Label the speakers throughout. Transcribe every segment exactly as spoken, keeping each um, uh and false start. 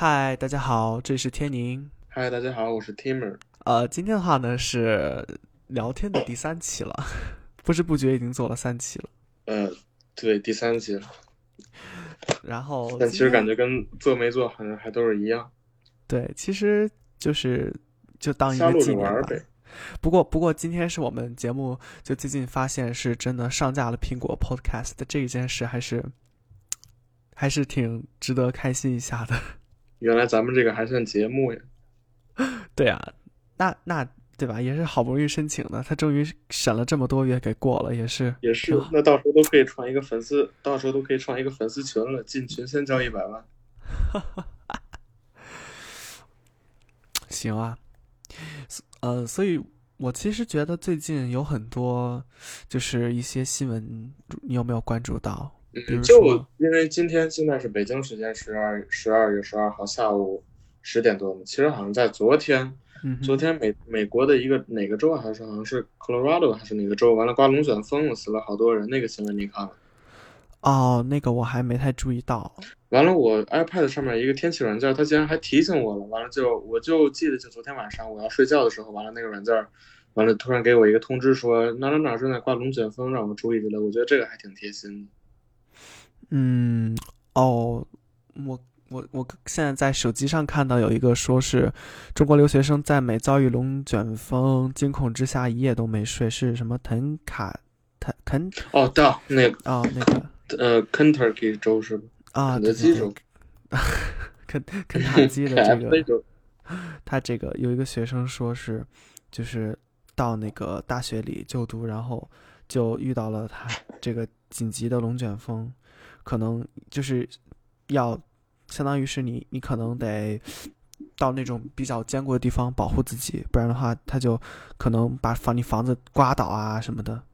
Speaker 1: 嗨，大家好，这里是天宁。
Speaker 2: 嗨，大家好，我是 Timmer。
Speaker 1: 呃，今天的话呢是聊天的第三期了，不知不觉已经做了三期了。
Speaker 2: 呃，对，第三集了，
Speaker 1: 然后
Speaker 2: 但其实感
Speaker 1: 今天
Speaker 2: 觉跟做没做好像还都是一样，
Speaker 1: 对，其实就是就当一个
Speaker 2: 瞎录着
Speaker 1: 纪念吧。
Speaker 2: 玩儿呗。
Speaker 1: 不过不过今天是我们节目就最近发现是真的上架了苹果 Podcast 的这一件事，还是还是挺值得开心一下的。
Speaker 2: 原来咱们这个还算节目呀，
Speaker 1: 对啊，那那对吧？也是好不容易申请的，他终于审了这么多月给过了，也是
Speaker 2: 也是。
Speaker 1: 挺好。
Speaker 2: 那到时候都可以创一个粉丝，到时候都可以创一个粉丝群了，进群先交一百万。
Speaker 1: 行啊，呃，所以我其实觉得最近有很多，就是一些新闻，你有没有关注到？比
Speaker 2: 嗯，就
Speaker 1: 如说，
Speaker 2: 因为今天现在是北京时间十二十二月十二号下午十点多嘛，其实好像在昨天，
Speaker 1: 嗯哼，
Speaker 2: 昨天美美国的一个哪个州啊还是好像是 Colorado 还是哪个州，完了刮龙卷风了，死了好多人，那个新闻你看了？
Speaker 1: 哦，那个我还没太注意到。
Speaker 2: 完了，我 iPad 上面一个天气软件，它竟然还提醒我了。完了就我就记得就昨天晚上我要睡觉的时候，完了那个软件，完了突然给我一个通知说哪哪哪正在刮龙卷风，让我注意之类。我觉得这个还挺贴心的。
Speaker 1: 嗯，哦，我我我现在在手机上看到有一个说是中国留学生在美遭遇龙卷风，惊恐之下一夜都没睡，是什么腾卡腾肯
Speaker 2: 哦，到那个
Speaker 1: 哦那个
Speaker 2: 呃，Kentucky 州是吧？
Speaker 1: 啊，
Speaker 2: 肯德
Speaker 1: 对对对，
Speaker 2: 基州，
Speaker 1: 肯肯塔基的这个
Speaker 2: K F C 州。
Speaker 1: 他这个有一个学生说是，就是到那个大学里就读，然后就遇到了他这个紧急的龙卷风，可能就是要相当于是你你可能得到那种比较坚固的地方保护自己，不然的话他就可能把房你房子刮倒啊什么的。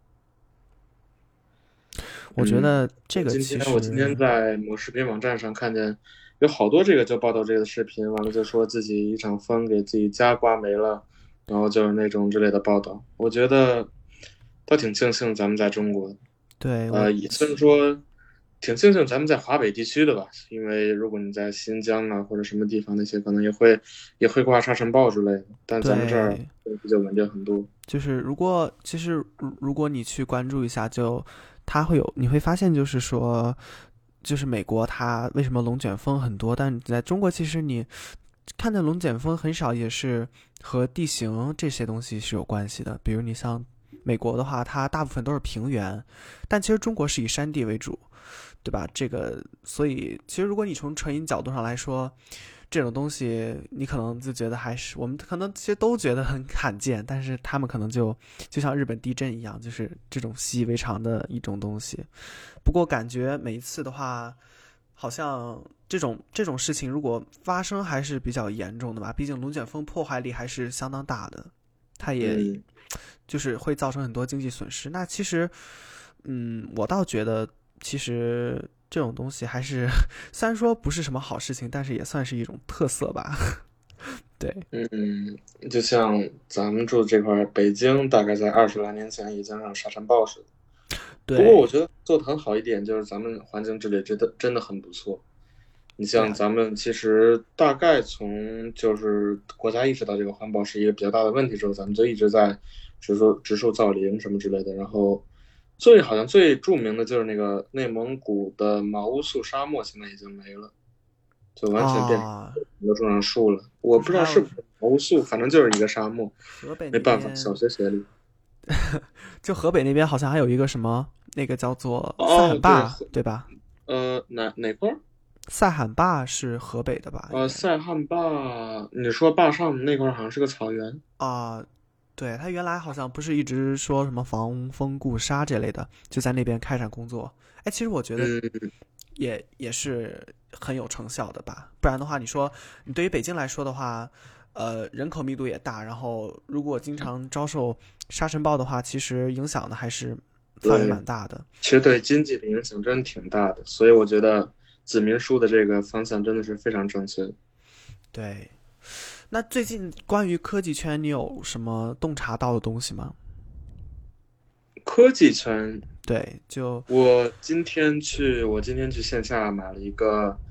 Speaker 1: 我觉
Speaker 2: 嗯，
Speaker 1: 得这
Speaker 2: 我今
Speaker 1: 个其
Speaker 2: 天我今天
Speaker 1: 实
Speaker 2: 在某视频网站上看见有好多这个就报道这个的视频，完了就说自己一场风给自己家刮没了，然后就是那种之类的报道。我觉得倒挺庆幸咱们在中国，
Speaker 1: 对我
Speaker 2: 呃，也虽然说挺庆幸咱们在华北地区的吧，因为如果你在新疆啊或者什么地方那些可能也会也会刮沙尘暴之类的，但咱们这儿
Speaker 1: 对
Speaker 2: 比较稳定很多。
Speaker 1: 就是如果其实如如果你去关注一下，就它会有你会发现，就是说，就是美国它为什么龙卷风很多，但在中国其实你看见龙卷风很少，也是和地形这些东西是有关系的。比如你像美国的话，它大部分都是平原，但其实中国是以山地为主，对吧？这个所以其实如果你从成因角度上来说，这种东西，你可能就觉得还是我们可能其实都觉得很罕见，但是他们可能就就像日本地震一样，就是这种习以为常的一种东西。不过感觉每一次的话，好像这种这种事情如果发生还是比较严重的吧，毕竟龙卷风破坏力还是相当大的，它也
Speaker 2: 嗯。
Speaker 1: 就是会造成很多经济损失。那其实，嗯，我倒觉得其实这种东西还是虽然说不是什么好事情，但是也算是一种特色吧。对
Speaker 2: 嗯，就像咱们住这块儿，北京大概在二十来年前已经让沙尘暴似的。不过我
Speaker 1: 对
Speaker 2: 觉得做得很好一点，就是咱们环境治理真的真的很不错。你
Speaker 1: 对啊，
Speaker 2: 像咱们其实大概从就是国家意识到这个环保是一个比较大的问题之后，咱们就一直在植树植树造林什么之类的。然后最好像最著名的就是那个内蒙古的毛乌素沙漠，现在已经没了，就完全变成
Speaker 1: 啊，
Speaker 2: 都种上树了。我
Speaker 1: 不是还有
Speaker 2: 不知道是不是毛乌素，反正就是一个沙漠。
Speaker 1: 河北那
Speaker 2: 没办法，小
Speaker 1: 边，
Speaker 2: 学学历。
Speaker 1: 就河北那边好像还有一个什么那个叫做塞
Speaker 2: 哦，对，
Speaker 1: 罕坝，对吧？
Speaker 2: 呃，哪哪块儿？
Speaker 1: 塞罕坝是河北的吧？应
Speaker 2: 呃，
Speaker 1: 该
Speaker 2: 塞罕坝，你说坝上那块儿好像是个草原。
Speaker 1: 啊，对，他原来好像不是一直说什么防风固沙这类的，就在那边开展工作。哎，其实我觉得
Speaker 2: 嗯，
Speaker 1: 也也是很有成效的吧。不然的话，你说你对于北京来说的话，呃，人口密度也大，然后如果经常遭受沙尘暴的话，其实影响的还是范围
Speaker 2: 对，
Speaker 1: 蛮大的。
Speaker 2: 其实对经济的影响真挺大的，所以我觉得子民书的这个方向真的是非常正确的。
Speaker 1: 对，那最近关于科技圈，你有什么洞察到的东西吗？
Speaker 2: 科技圈，
Speaker 1: 对，就
Speaker 2: 我今天去，我今天去线下买了一个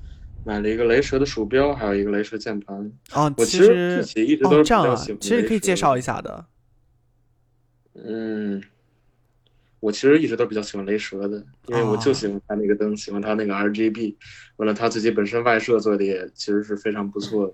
Speaker 2: 买了一个雷蛇的鼠标，还有一个雷蛇键盘。
Speaker 1: 哦，
Speaker 2: 我其
Speaker 1: 其实
Speaker 2: 实自己一直
Speaker 1: 哦
Speaker 2: 都是
Speaker 1: 这样啊，
Speaker 2: 比较喜欢
Speaker 1: 其实你可以介绍
Speaker 2: 雷蛇的。
Speaker 1: 一下的。
Speaker 2: 嗯，我其实一直都比较喜欢雷蛇的，因为我就喜
Speaker 1: 啊、
Speaker 2: 欢它那个灯，喜欢它那个 R G B。完了，它自己本身外设做的也其实是非常不错的。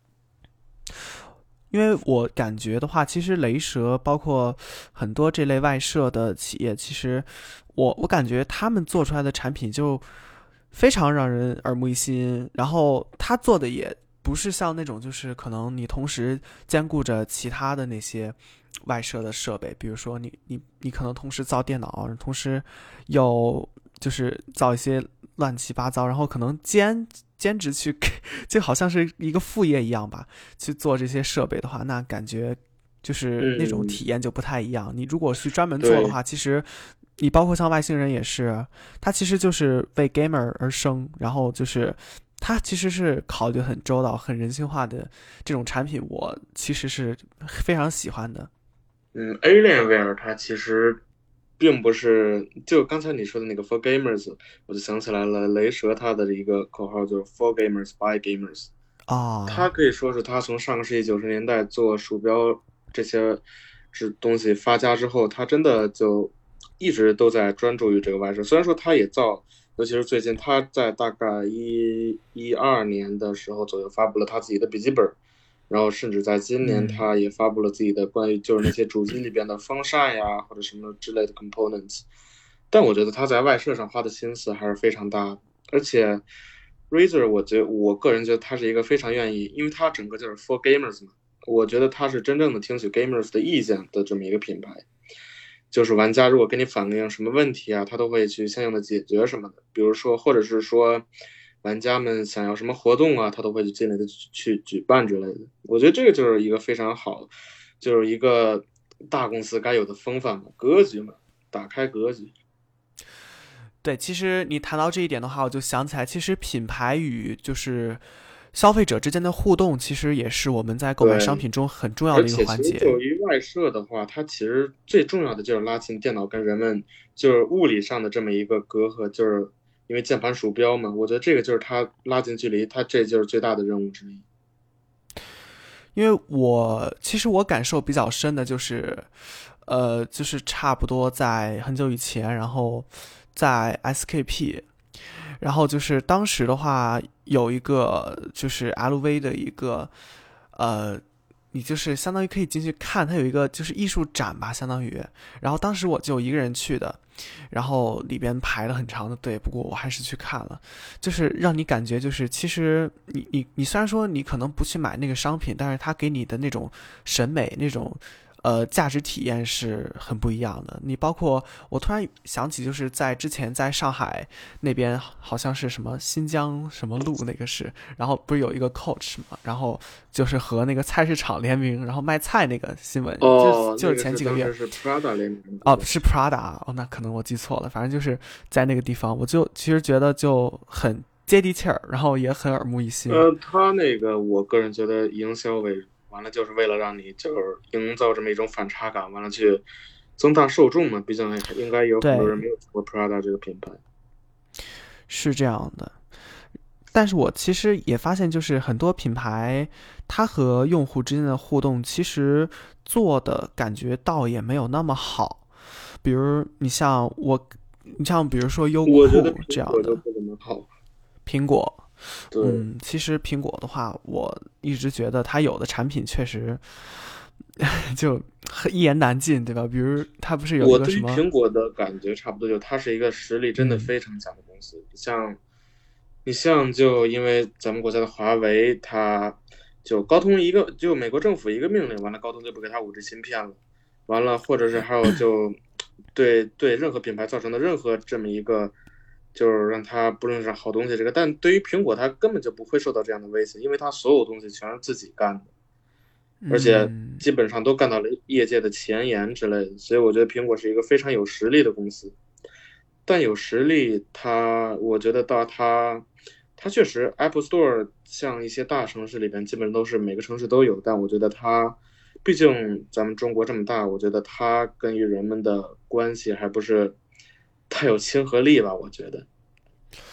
Speaker 1: 因为我感觉的话，其实雷蛇包括很多这类外设的企业，其实我我感觉他们做出来的产品就非常让人耳目一新，然后他做的也不是像那种就是可能你同时兼顾着其他的那些外设的设备，比如说你你你可能同时造电脑，同时有就是造一些乱七八糟，然后可能兼兼职去就好像是一个副业一样吧，去做这些设备的话，那感觉就是那种
Speaker 2: 嗯，
Speaker 1: 体验就不太一样。你如果去专门做的
Speaker 2: 对，
Speaker 1: 话，其实你包括像外星人也是，他其实就是为 gamer 而生，然后就是他其实是考虑很周到、很人性化的这种产品，我其实是非常喜欢的。
Speaker 2: 嗯，Alienware 它其实并不是，就刚才你说的那个 For Gamers，我就想起来了，雷蛇它的一个口号就是 For Gamers by Gamers。它
Speaker 1: 啊。
Speaker 2: 可以说是它从上个世纪九十年代做鼠标这些是东西发家之后，它真的就一直都在专注于这个外设。虽然说它也造，尤其是最近，它在大概一一二年的时候左右发布了它自己的笔记本，然后甚至在今年，
Speaker 1: 嗯，
Speaker 2: 它也发布了自己的关于就是那些主机里边的风扇呀或者什么之类的 components。但我觉得它在外设上花的心思还是非常大的，而且 Razer，我觉我个人觉得它是一个非常愿意，因为它整个就是 for gamers 嘛，我觉得它是真正的听取 gamers 的意见的这么一个品牌。就是玩家如果跟你反映什么问题啊，他都会去相应的解决什么的。比如说，或者是说，玩家们想要什么活动啊，他都会去尽力的去去举办之类的。我觉得这个就是一个非常好，就是一个大公司该有的风范嘛，格局嘛，打开格局。
Speaker 1: 对，其实你谈到这一点的话，我就想起来，其实品牌与就是消费者之间的互动，其实也是我们在购买商
Speaker 2: 对，
Speaker 1: 品中很重要的一个
Speaker 2: 而且其实作
Speaker 1: 环节。
Speaker 2: 为外设的话，它其实最重要的就是拉近电脑跟人们就是物理上的这么一个隔阂，就是因为键盘鼠标嘛，我觉得这个就是它拉近距离，它这就是最大的任务之一。
Speaker 1: 因为我其实我感受比较深的就是，呃，就是差不多在很久以前，然后在 S K P，然后就是当时的话有一个就是 L V 的一个呃，你就是相当于可以进去看，它有一个就是艺术展吧，相当于。然后当时我就一个人去的，然后里边排了很长的队，不过我还是去看了，就是让你感觉就是其实你你你虽然说你可能不去买那个商品，但是它给你的那种审美那种。呃，价值体验是很不一样的。你包括我突然想起，就是在之前在上海那边，好像是什么新疆什么路那个是，然后不是有一个 Coach 嘛，然后就是和那个菜市场联名，然后卖菜那个新闻，就
Speaker 2: 哦，
Speaker 1: 就是
Speaker 2: 那个是
Speaker 1: 前几个月。
Speaker 2: 当时是 Prada 联名的，对
Speaker 1: 哦，
Speaker 2: 吧？
Speaker 1: 是 Prada 哦，那可能我记错了，反正就是在那个地方，我就其实觉得就很接地气儿，然后也很耳目一新。
Speaker 2: 呃，他那个我个人觉得营销为完了就是为了让你就是营造这么一种反差感，完了去增大受众嘛。毕竟应该有很多人
Speaker 1: 对，
Speaker 2: 没有听过 Prada 这个品牌。
Speaker 1: 是这样的。但是我其实也发现，就是很多品牌，它和用户之间的互动，其实做的感觉倒也没有那么好。比如你像我，你像比如说优
Speaker 2: 我觉得
Speaker 1: 酷这
Speaker 2: 苹
Speaker 1: 样的
Speaker 2: 果就不怎么好。
Speaker 1: 苹果，
Speaker 2: 对，
Speaker 1: 嗯，其实苹果的话，我一直觉得它有的产品确实就一言难尽，对吧？比如它不是有一
Speaker 2: 我对于
Speaker 1: 个什么，
Speaker 2: 苹果的感觉差不多，就它是一个实力真的
Speaker 1: 嗯
Speaker 2: 非常强的公司。像你像就因为咱们国家的华为，它就高通一个就美国政府一个命令，完了高通就不给它五 G 芯片了，完了或者是还有就对对任何品牌造成的任何这么一个就是让它不论是好东西这个，但对于苹果它根本就不会受到这样的威胁，因为它所有东西全是自己干的。而且
Speaker 1: 嗯，
Speaker 2: 基本上都干到了业界的前沿之类的，所以我觉得苹果是一个非常有实力的公司。但有实力它，我觉得到它，它确实 Apple Store 像一些大城市里边，基本上都是每个城市都有。但我觉得它，毕竟咱们中国这么大，我觉得它跟与人们的关系还不是太有亲和力吧。我觉得，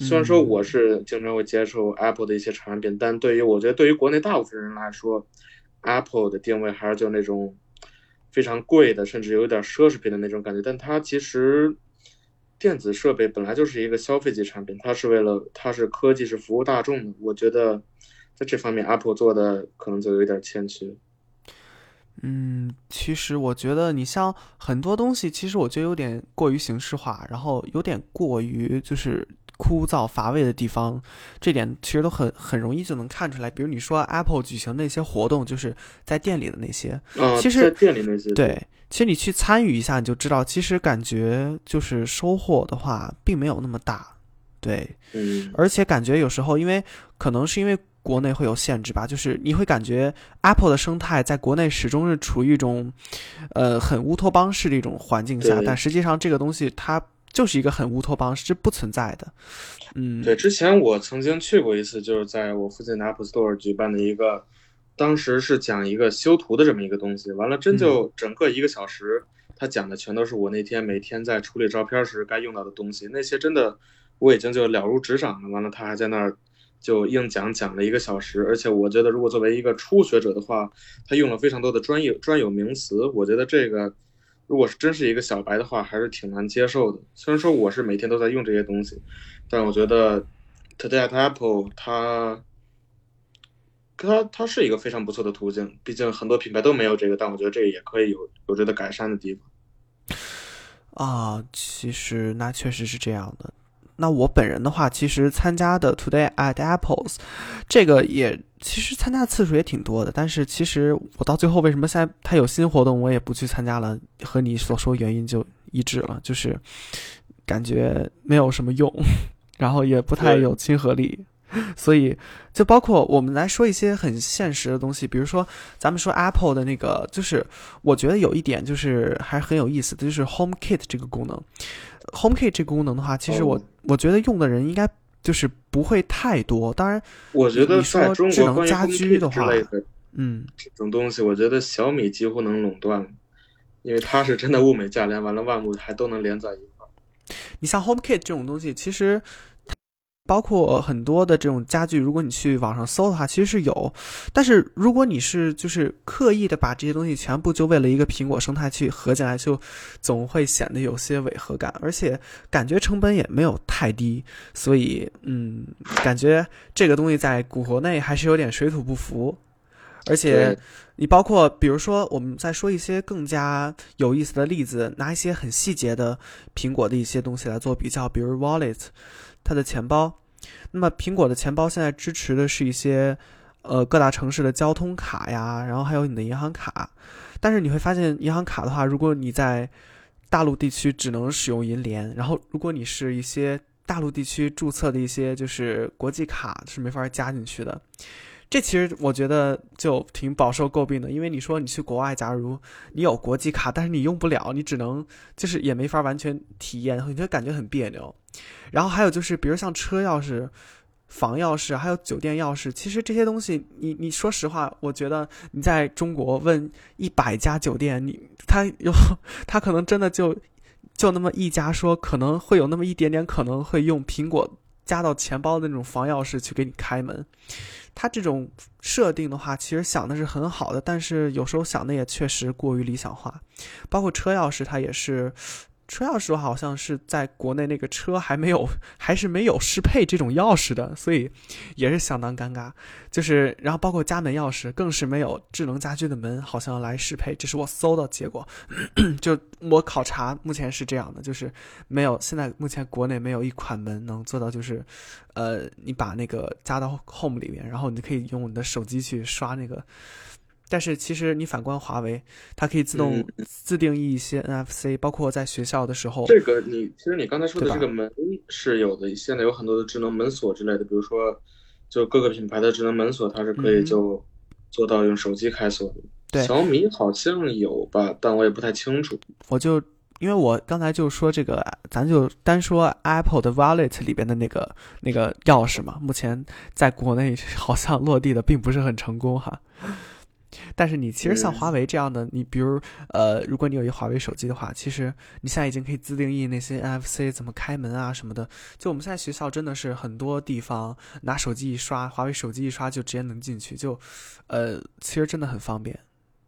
Speaker 2: 虽然说我是经常会接受 Apple 的一些产品，但对于我觉得对于国内大部分人来说，Apple 的定位还是就那种非常贵的，甚至有点奢侈品的那种感觉。但它其实电子设备本来就是一个消费级产品，它是为了它是科技是服务大众的。我觉得在这方面 Apple 做的可能就有一点欠缺。
Speaker 1: 嗯，其实我觉得你像很多东西，其实我觉得有点过于形式化，然后有点过于就是枯燥乏味的地方，这点其实都很很容易就能看出来。比如你说 Apple 举行那些活动，就是在店里的那些，
Speaker 2: 啊、
Speaker 1: 其实
Speaker 2: 在店里那些
Speaker 1: 对，其实你去参与一下，你就知道，其实感觉就是收获的话，并没有那么大。对，
Speaker 2: 嗯，
Speaker 1: 而且感觉有时候，因为可能是因为国内会有限制吧，就是你会感觉 Apple 的生态在国内始终是处于一种，呃，很乌托邦式的一种环境下，
Speaker 2: 对
Speaker 1: 但实际上这个东西它就是一个很乌托邦，是不存在的。嗯，
Speaker 2: 对，之前我曾经去过一次，就是在我附近的 Apple Store 举办的一个，当时是讲一个修图的这么一个东西，完了真就整个一个小时，他讲的全都是我那天每天在处理照片时该用到的东西，那些真的我已经就了如指掌了。完了，他还在那儿就硬讲讲了一个小时，而且我觉得如果作为一个初学者的话，他用了非常多的专业专有名词，我觉得这个如果是真是一个小白的话，还是挺难接受的。虽然说我是每天都在用这些东西，但我觉得 Today at Apple 它它它是一个非常不错的途径，毕竟很多品牌都没有这个，但我觉得这个也可以有有值得改善的地方。
Speaker 1: 啊，其实那确实是这样的。那我本人的话，其实参加的 Today at Apples，这个也其实参加次数也挺多的。但是其实我到最后为什么现在它有新活动，我也不去参加了，和你所说原因就一致了，就是感觉没有什么用，然后也不太有亲和力。所以就包括我们来说一些很现实的东西，比如说咱们说 Apple 的那个，就是我觉得有一点就是还很有意思的，就是 HomeKit 这个功能。HomeKit 这个功能的话，其实我、哦、我觉得用的人应该就是不会太多。当然，
Speaker 2: 我觉得在中
Speaker 1: 国关于 HomeKit 的话，
Speaker 2: 嗯，这种东西我觉得小米几乎能垄断，因为它是真的物美价廉，完了万物还都能连在一块。
Speaker 1: 你像 HomeKit 这种东西，其实包括很多的这种家具，如果你去网上搜的话，其实是有。但是如果你是就是刻意的把这些东西全部就为了一个苹果生态去合进来，就总会显得有些违和感，而且感觉成本也没有太低。所以嗯，感觉这个东西在国内还是有点水土不服。而且你包括比如说我们再说一些更加有意思的例子，拿一些很细节的苹果的一些东西来做比较，比如 Wallet 它的钱包。那么苹果的钱包现在支持的是一些呃各大城市的交通卡呀，然后还有你的银行卡。但是你会发现银行卡的话，如果你在大陆地区只能使用银联，然后如果你是一些大陆地区注册的一些就是国际卡是没法加进去的。这其实我觉得就挺饱受诟病的，因为你说你去国外，假如你有国际卡，但是你用不了，你只能就是也没法完全体验，你就感觉很别扭。然后还有就是比如像车钥匙、房钥匙还有酒店钥匙，其实这些东西你你说实话，我觉得你在中国问一百家酒店，你他有他可能真的就就那么一家说可能会有那么一点点可能会用苹果加到钱包的那种房钥匙去给你开门。它这种设定的话其实想的是很好的，但是有时候想的也确实过于理想化。包括车钥匙它也是，车钥匙好像是在国内那个车还没有还是没有适配这种钥匙的，所以也是相当尴尬。就是然后包括家门钥匙更是没有智能家居的门好像来适配，这是我搜到结果就我考察目前是这样的，就是没有，现在目前国内没有一款门能做到就是呃你把那个加到 Home 里面，然后你可以用你的手机去刷那个。但是其实你反观华为，它可以自动自定义一些 N F C、嗯、包括在学校的时候，
Speaker 2: 这个你其实你刚才说的这个门是有的，现在有很多的智能门锁之类的，比如说就各个品牌的智能门锁它是可以就做到用手机开锁的、嗯、
Speaker 1: 对，
Speaker 2: 小米好像有吧，但我也不太清楚。
Speaker 1: 我就因为我刚才就说这个，咱就单说 Apple 的 Wallet 里边的那个那个钥匙嘛，目前在国内好像落地的并不是很成功哈。 但是你其实像
Speaker 2: 嗯
Speaker 1: 华为这样的，你比如呃，如果你有一华为手机的话，其实你现在已经可以自定义那些 N F C 怎么开门啊什么的。就我们现在学校真的是很多地方拿手机一刷，华为手机一刷就直接能进去，就呃，其实真的很方便。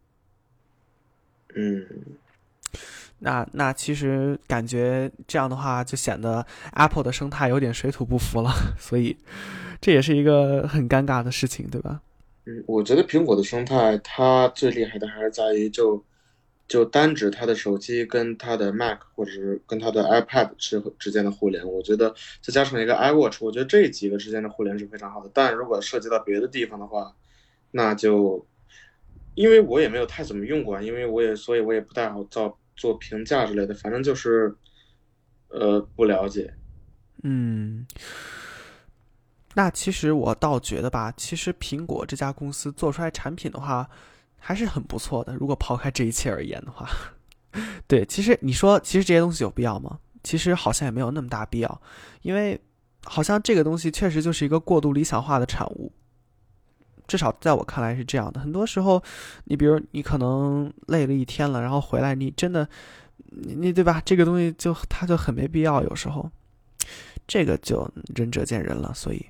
Speaker 2: 嗯。
Speaker 1: 那那其实感觉这样的话，就显得 Apple 的生态有点水土不服了，所以这也是一个很尴尬的事情，对吧？
Speaker 2: 嗯，我觉得苹果的生态，它最厉害的还是在于就就单指它的手机跟它的 Mac 或者是跟它的 iPad 之之间的互联，我觉得再加上一个 iWatch，我觉得这几个之间的互联是非常好的。但如果涉及到别的地方的话，那就因为我也没有太怎么用过，因为我也所以我也不太好做做评价之类的，反正就是呃不了解。
Speaker 1: 嗯，那其实我倒觉得吧，其实苹果这家公司做出来产品的话，还是很不错的。如果抛开这一切而言的话，对，其实你说，其实这些东西有必要吗？其实好像也没有那么大必要，因为好像这个东西确实就是一个过度理想化的产物。至少在我看来是这样的。很多时候，你比如你可能累了一天了，然后回来，你真的，你你对吧？这个东西就它就很没必要，有时候这个就仁者见仁了。所以，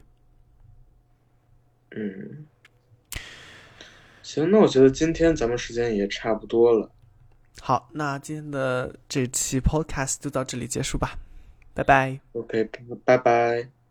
Speaker 2: 嗯，行，那我觉得今天咱们时间也差不多了。
Speaker 1: 好，那今天的这期 podcast 就到这里结束吧，拜拜。
Speaker 2: OK，拜拜。